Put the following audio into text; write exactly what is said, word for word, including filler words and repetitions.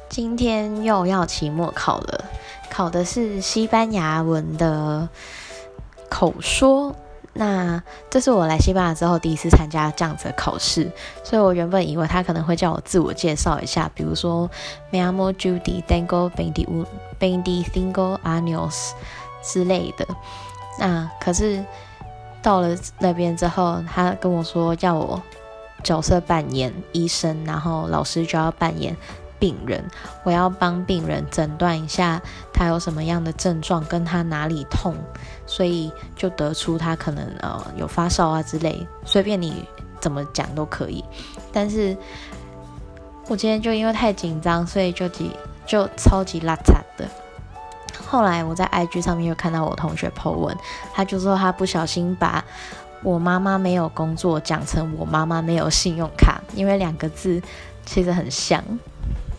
今天又要期末考了，考的是西班牙文的口说。那这是我来西班牙之后第一次参加这样子的考试，所以我原本以为他可能会叫我自我介绍一下，比如说 Me llamo Judy, tengo veinticinco años 之类的。那可是到了那边之后，他跟我说要我角色扮演医生，然后老师就要扮演病人，我要帮病人诊断一下他有什么样的症状，跟他哪里痛，所以就得出他可能呃有发烧啊之类，随便你怎么讲都可以。但是我今天就因为太紧张，所以就就超级拉惨的。后来我在 I G 上面又看到我同学 po 文，他就说他不小心把我妈妈没有工作讲成我妈妈没有信用卡，因为两个字其实很像。